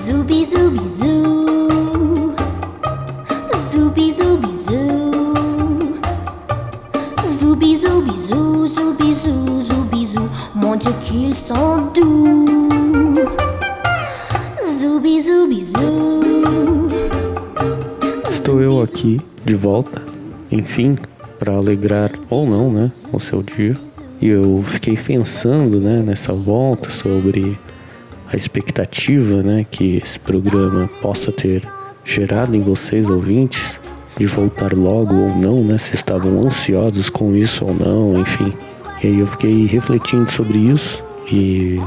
Zubi zubi zoo, zubi zubi zoo, zubi zubi zoo, zubi zoo, zubi zoo. Mon Dieu qu'ils sont doux. Zubi zubi zoo. Estou eu aqui de volta, enfim, para alegrar ou não, né, o seu dia. E eu fiquei pensando, né, nessa volta sobre a expectativa, né, que esse programa possa ter gerado em vocês, ouvintes, de voltar logo ou não, né, se estavam ansiosos com isso ou não, enfim. E aí eu fiquei refletindo sobre isso e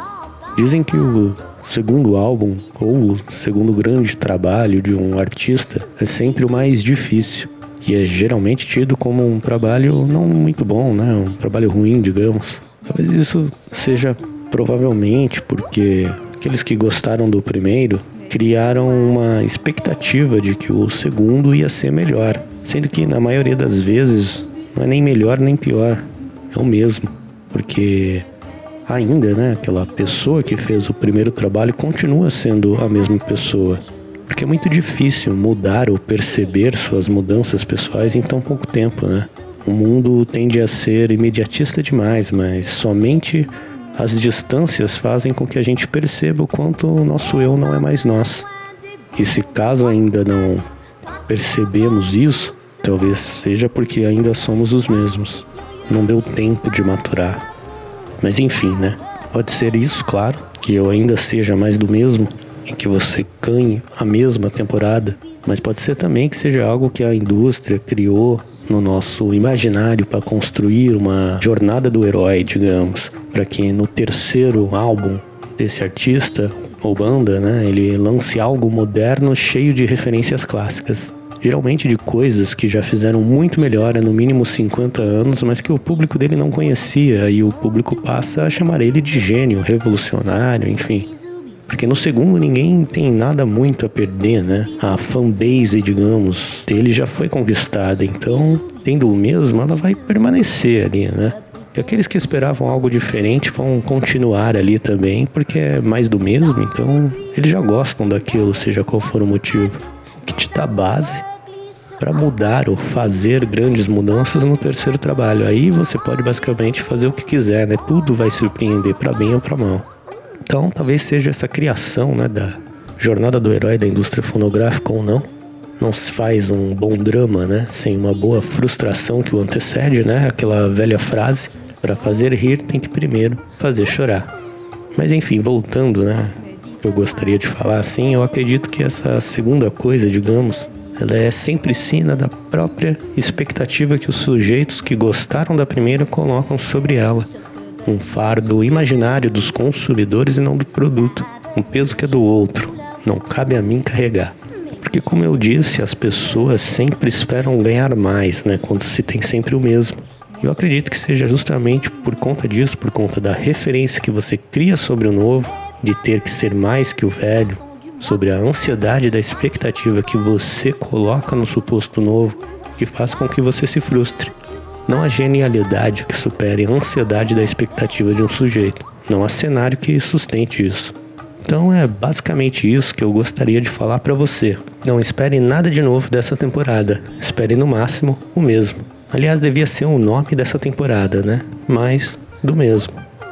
dizem que o segundo álbum ou o segundo grande trabalho de um artista é sempre o mais difícil e é geralmente tido como um trabalho não muito bom, né, um trabalho ruim, digamos. Talvez isso seja provavelmente porque aqueles que gostaram do primeiro criaram uma expectativa de que o segundo ia ser melhor, sendo que na maioria das vezes não é nem melhor nem pior, é o mesmo, porque ainda, né, aquela pessoa que fez o primeiro trabalho continua sendo a mesma pessoa, porque é muito difícil mudar ou perceber suas mudanças pessoais em tão pouco tempo, né? O mundo tende a ser imediatista demais, mas somente as distâncias fazem com que a gente perceba o quanto o nosso eu não é mais nós. E se caso ainda não percebemos isso, talvez seja porque ainda somos os mesmos. Não deu tempo de maturar. Mas enfim, né? Pode ser isso, claro, que eu ainda seja mais do mesmo e que você ganhe a mesma temporada. Mas pode ser também que seja algo que a indústria criou no nosso imaginário para construir uma jornada do herói, digamos, para que no terceiro álbum desse artista ou banda, né, ele lance algo moderno cheio de referências clássicas. Geralmente de coisas que já fizeram muito melhor há no mínimo 50 anos, mas que o público dele não conhecia e o público passa a chamar ele de gênio, revolucionário, enfim. Porque no segundo ninguém tem nada muito a perder, né? A fanbase, digamos, dele já foi conquistada, então, tendo o mesmo, ela vai permanecer ali, né? E aqueles que esperavam algo diferente vão continuar ali também, porque é mais do mesmo, então eles já gostam daquilo, seja qual for o motivo. O que te dá base para mudar ou fazer grandes mudanças no terceiro trabalho. Aí você pode basicamente fazer o que quiser, né? Tudo vai surpreender para bem ou para mal. Então, talvez seja essa criação, né, da jornada do herói da indústria fonográfica ou não. Não se faz um bom drama, né, sem uma boa frustração que o antecede, né, aquela velha frase, para fazer rir tem que primeiro fazer chorar. Mas enfim, voltando, né, eu gostaria de falar assim, eu acredito que essa segunda coisa, digamos, ela é sempre sina da própria expectativa que os sujeitos que gostaram da primeira colocam sobre ela. Um fardo imaginário dos consumidores e não do produto. Um peso que é do outro. Não cabe a mim carregar. Porque, como eu disse, as pessoas sempre esperam ganhar mais, né? Quando se tem sempre o mesmo. Eu acredito que seja justamente por conta disso, por conta da referência que você cria sobre o novo, de ter que ser mais que o velho, sobre a ansiedade da expectativa que você coloca no suposto novo, que faz com que você se frustre. Não há genialidade que supere a ansiedade da expectativa de um sujeito. Não há cenário que sustente isso. Então é basicamente isso que eu gostaria de falar para você. Não espere nada de novo dessa temporada. Espere no máximo o mesmo. Aliás, devia ser o nome dessa temporada, né? Mais do mesmo.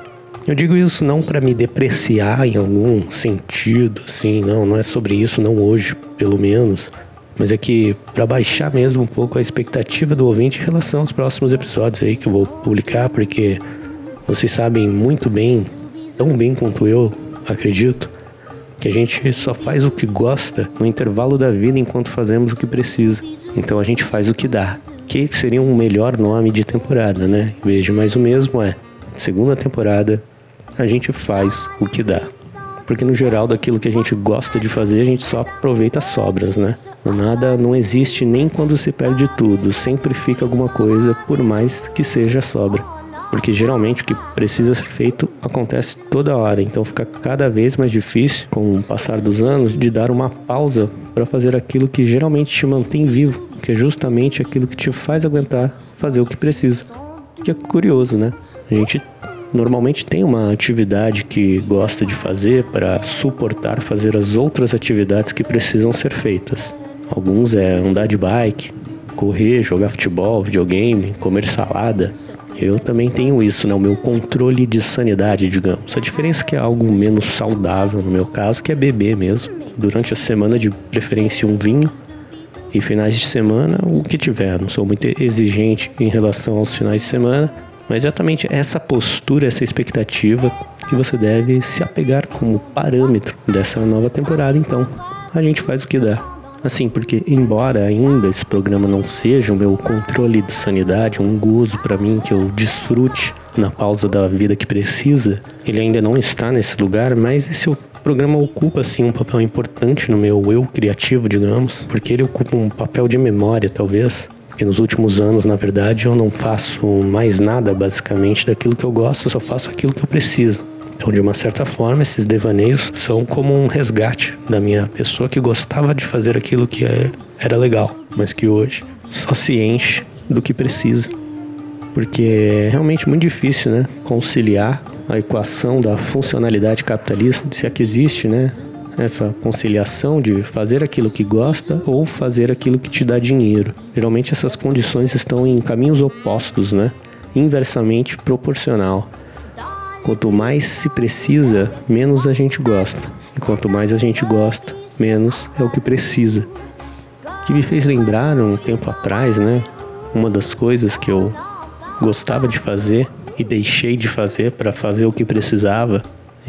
Eu digo isso não para me depreciar em algum sentido, assim, não é sobre isso, não hoje, pelo menos. Mas é que para baixar mesmo um pouco a expectativa do ouvinte em relação aos próximos episódios aí que eu vou publicar, porque vocês sabem muito bem, tão bem quanto eu, acredito, que a gente só faz o que gosta no intervalo da vida enquanto fazemos o que precisa. Então a gente faz o que dá. Que seria um melhor nome de temporada, né? Em vez de mais o mesmo, segunda temporada, a gente faz o que dá. Porque no geral daquilo que a gente gosta de fazer, a gente só aproveita as sobras, né? Nada não existe nem quando se perde tudo, sempre fica alguma coisa, por mais que seja sobra. Porque geralmente o que precisa ser feito acontece toda hora, então fica cada vez mais difícil, com o passar dos anos, de dar uma pausa para fazer aquilo que geralmente te mantém vivo, que é justamente aquilo que te faz aguentar fazer o que precisa. Que é curioso, né? A gente normalmente tem uma atividade que gosta de fazer para suportar fazer as outras atividades que precisam ser feitas. Alguns é andar de bike, correr, jogar futebol, videogame, comer salada. Eu também tenho isso, né? O meu controle de sanidade, digamos. A diferença é que é algo menos saudável no meu caso, que é beber mesmo. Durante a semana, de preferência, um vinho. E finais de semana, o que tiver. Não sou muito exigente em relação aos finais de semana. Mas exatamente essa postura, essa expectativa que você deve se apegar como parâmetro dessa nova temporada. Então, a gente faz o que dá. Assim, porque embora ainda esse programa não seja o meu controle de sanidade, um gozo pra mim que eu desfrute na pausa da vida que precisa, ele ainda não está nesse lugar, mas esse programa ocupa, assim, um papel importante no meu eu criativo, digamos, porque ele ocupa um papel de memória, talvez, porque nos últimos anos, na verdade, eu não faço mais nada, basicamente, daquilo que eu gosto, eu só faço aquilo que eu preciso. Então, de uma certa forma, esses devaneios são como um resgate da minha pessoa que gostava de fazer aquilo que era legal, mas que hoje só se enche do que precisa. Porque é realmente muito difícil, né, conciliar a equação da funcionalidade capitalista, se é que existe, né, essa conciliação de fazer aquilo que gosta ou fazer aquilo que te dá dinheiro. Geralmente essas condições estão em caminhos opostos, né, inversamente proporcional. Quanto mais se precisa, menos a gente gosta. E quanto mais a gente gosta, menos é o que precisa. Que me fez lembrar um tempo atrás, né? Uma das coisas que eu gostava de fazer e deixei de fazer para fazer o que precisava.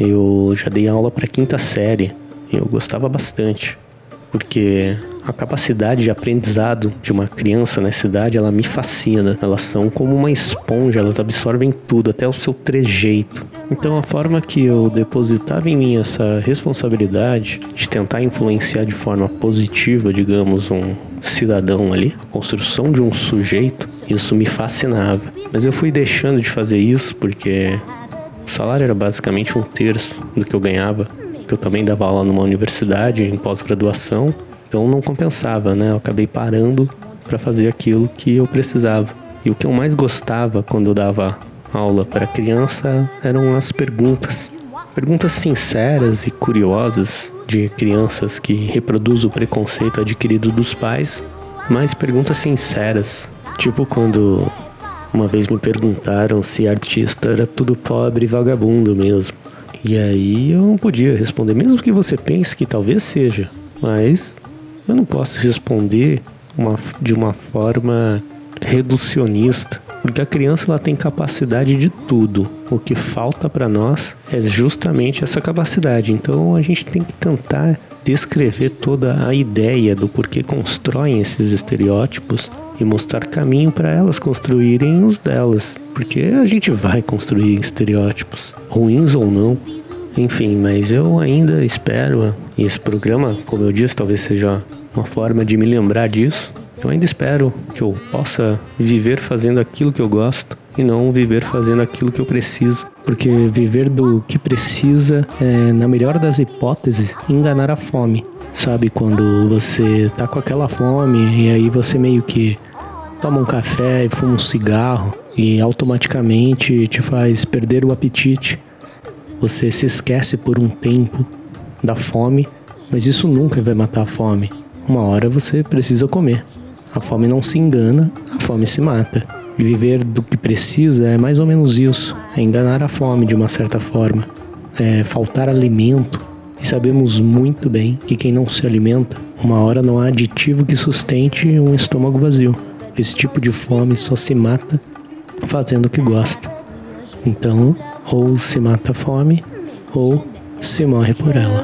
Eu já dei aula para 5ª série e eu gostava bastante. Porque a capacidade de aprendizado de uma criança nessa idade, ela me fascina. Elas são como uma esponja, elas absorvem tudo, até o seu trejeito. Então a forma que eu depositava em mim essa responsabilidade de tentar influenciar de forma positiva, digamos, um cidadão ali, a construção de um sujeito, isso me fascinava. Mas eu fui deixando de fazer isso porque o salário era basicamente 1/3 do que eu ganhava. Que eu também dava aula numa universidade em pós-graduação, então não compensava, né? Eu acabei parando para fazer aquilo que eu precisava. E o que eu mais gostava quando eu dava aula para criança eram as perguntas. Perguntas sinceras e curiosas de crianças que reproduzem o preconceito adquirido dos pais, mas perguntas sinceras. Tipo quando uma vez me perguntaram se artista era tudo pobre e vagabundo mesmo. E aí eu não podia responder, mesmo que você pense que talvez seja, mas eu não posso responder de uma forma reducionista, porque a criança ela tem capacidade de tudo. O que falta para nós é justamente essa capacidade. Então a gente tem que tentar descrever toda a ideia do porquê constroem esses estereótipos e mostrar caminho para elas construírem os delas, porque a gente vai construir estereótipos, ruins ou não. Enfim, mas eu ainda espero, e esse programa, como eu disse, talvez seja uma forma de me lembrar disso. Eu ainda espero que eu possa viver fazendo aquilo que eu gosto e não viver fazendo aquilo que eu preciso. Porque viver do que precisa é, na melhor das hipóteses, enganar a fome. Sabe, quando você tá com aquela fome e aí você meio que toma um café e fuma um cigarro e automaticamente te faz perder o apetite. Você se esquece por um tempo da fome, mas isso nunca vai matar a fome. Uma hora você precisa comer. A fome não se engana, a fome se mata. E viver do que precisa é mais ou menos isso. É enganar a fome de uma certa forma. É faltar alimento. E sabemos muito bem que quem não se alimenta, uma hora não há aditivo que sustente um estômago vazio. Esse tipo de fome só se mata fazendo o que gosta. Então, ou se mata a fome, ou se morre por ela.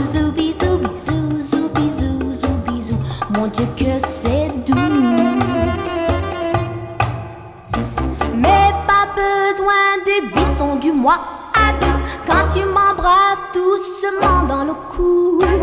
Mon Dieu que c'est doux. Mais pas besoin des buissons du mois à deux quand tu m'embrasses doucement dans le cou.